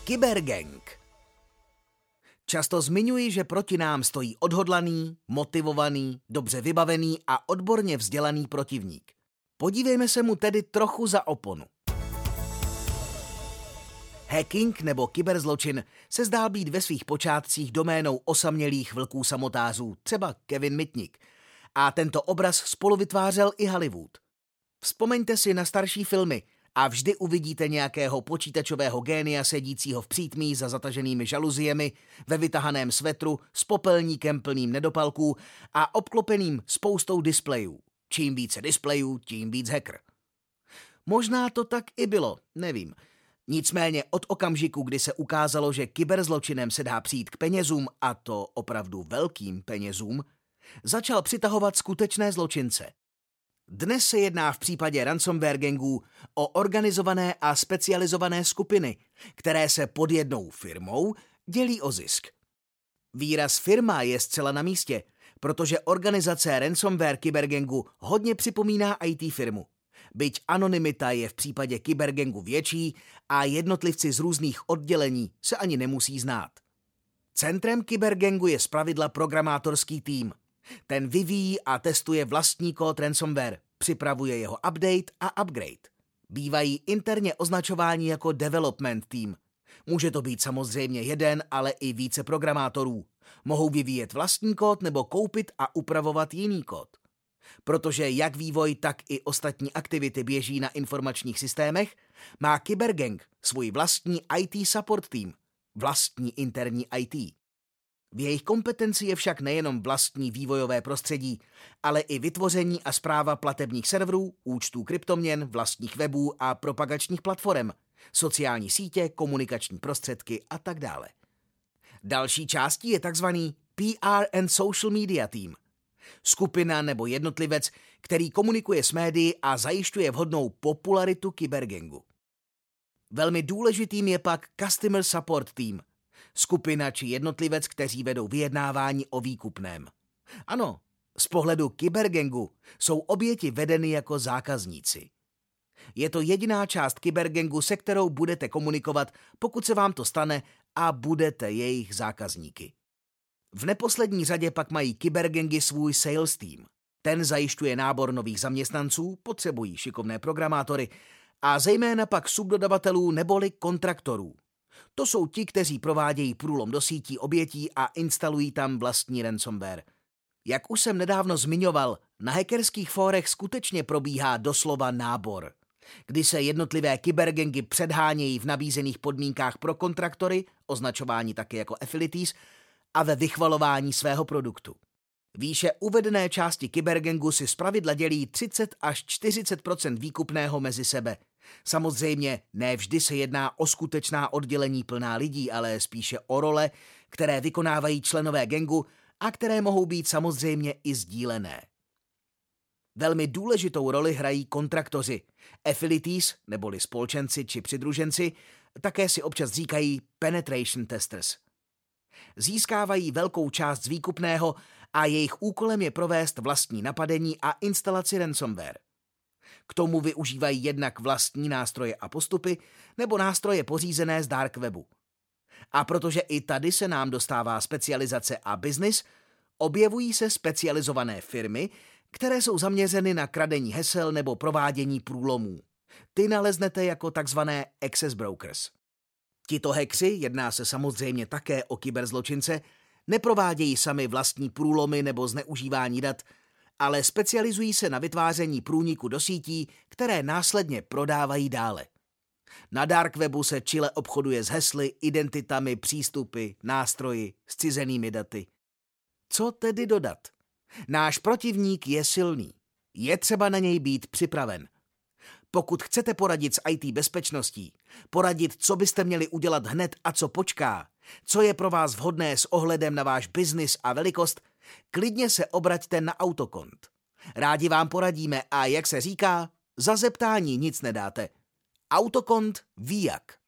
Kybergang. Často zmiňuji, že proti nám stojí odhodlaný, motivovaný, dobře vybavený a odborně vzdělaný protivník. Podívejme se mu tedy trochu za oponu. Hacking nebo kyberzločin se zdá být ve svých počátcích doménou osamělých vlků samotářů, třeba Kevin Mitnick. A tento obraz spolu vytvářel i Hollywood. Vzpomeňte si na starší filmy a vždy uvidíte nějakého počítačového génia sedícího v přítmí za zataženými žaluziemi, ve vytahaném svetru s popelníkem plným nedopalků a obklopeným spoustou displejů. Čím více displejů, tím víc hacker. Možná to tak i bylo, nevím. Nicméně od okamžiku, kdy se ukázalo, že kyberzločinem se dá přijít k penězům, a to opravdu velkým penězům, začal přitahovat skutečné zločince. Dnes se jedná v případě ransomware gangů o organizované a specializované skupiny, které se pod jednou firmou dělí o zisk. Výraz firma je zcela na místě, protože organizace ransomware kybergangu hodně připomíná IT firmu. Byť anonymita je v případě kybergangu větší a jednotlivci z různých oddělení se ani nemusí znát. Centrem kybergangu je zpravidla programátorský tým. Ten vyvíjí a testuje vlastní kód ransomware, připravuje jeho update a upgrade. Bývají interně označováni jako development team. Může to být samozřejmě jeden, ale i více programátorů. Mohou vyvíjet vlastní kód nebo koupit a upravovat jiný kód. Protože jak vývoj, tak i ostatní aktivity běží na informačních systémech, má Kybergang svůj vlastní IT support team, vlastní interní IT. V jejich kompetenci je však nejenom vlastní vývojové prostředí, ale i vytvoření a správa platebních serverů, účtů kryptoměn, vlastních webů a propagačních platform, sociální sítě, komunikační prostředky a tak dále. Další částí je tzv. PR and Social Media Team. Skupina nebo jednotlivec, který komunikuje s médii a zajišťuje vhodnou popularitu kybergangu. Velmi důležitým je pak Customer Support Team. Skupina či jednotlivec, kteří vedou vyjednávání o výkupném. Ano, z pohledu kybergangu jsou oběti vedeny jako zákazníci. Je to jediná část kybergangu, se kterou budete komunikovat, pokud se vám to stane a budete jejich zákazníky. V neposlední řadě pak mají kybergangy svůj sales team. Ten zajišťuje nábor nových zaměstnanců, potřebují šikovné programátory a zejména pak subdodavatelů neboli kontraktorů. To jsou ti, kteří provádějí průlom do sítí obětí a instalují tam vlastní ransomware. Jak už jsem nedávno zmiňoval, na hackerských fórech skutečně probíhá doslova nábor, kdy se jednotlivé kybergangy předhánějí v nabízených podmínkách pro kontraktory, označování také jako affiliates, a ve vychvalování svého produktu. Výše uvedené části kybergangu si zpravidla dělí 30 až 40% výkupného mezi sebe. Samozřejmě ne vždy se jedná o skutečná oddělení plná lidí, ale spíše o role, které vykonávají členové gangu a které mohou být samozřejmě i sdílené. Velmi důležitou roli hrají kontraktoři, affiliates neboli spolčenci či přidruženci, také si občas říkají penetration testers. Získávají velkou část z výkupného a jejich úkolem je provést vlastní napadení a instalaci ransomware. K tomu využívají jednak vlastní nástroje a postupy nebo nástroje pořízené z dark webu. A protože i tady se nám dostává specializace a biznis, objevují se specializované firmy, které jsou zaměřeny na kradení hesel nebo provádění průlomů. Ty naleznete jako takzvané access brokers. Tito hackři, jedná se samozřejmě také o kyberzločince, neprovádějí sami vlastní průlomy nebo zneužívání dat, ale specializují se na vytváření průniku do sítí, které následně prodávají dále. Na dark webu se čile obchoduje s hesly, identitami, přístupy, nástroji, s cizenými daty. Co tedy dodat? Náš protivník je silný. Je třeba na něj být připraven. Pokud chcete poradit s IT bezpečností, poradit, co byste měli udělat hned a co počká, co je pro vás vhodné s ohledem na váš biznis a velikost, klidně se obraťte na Autokont. Rádi vám poradíme a jak se říká, za zeptání nic nedáte. Autokont ví jak.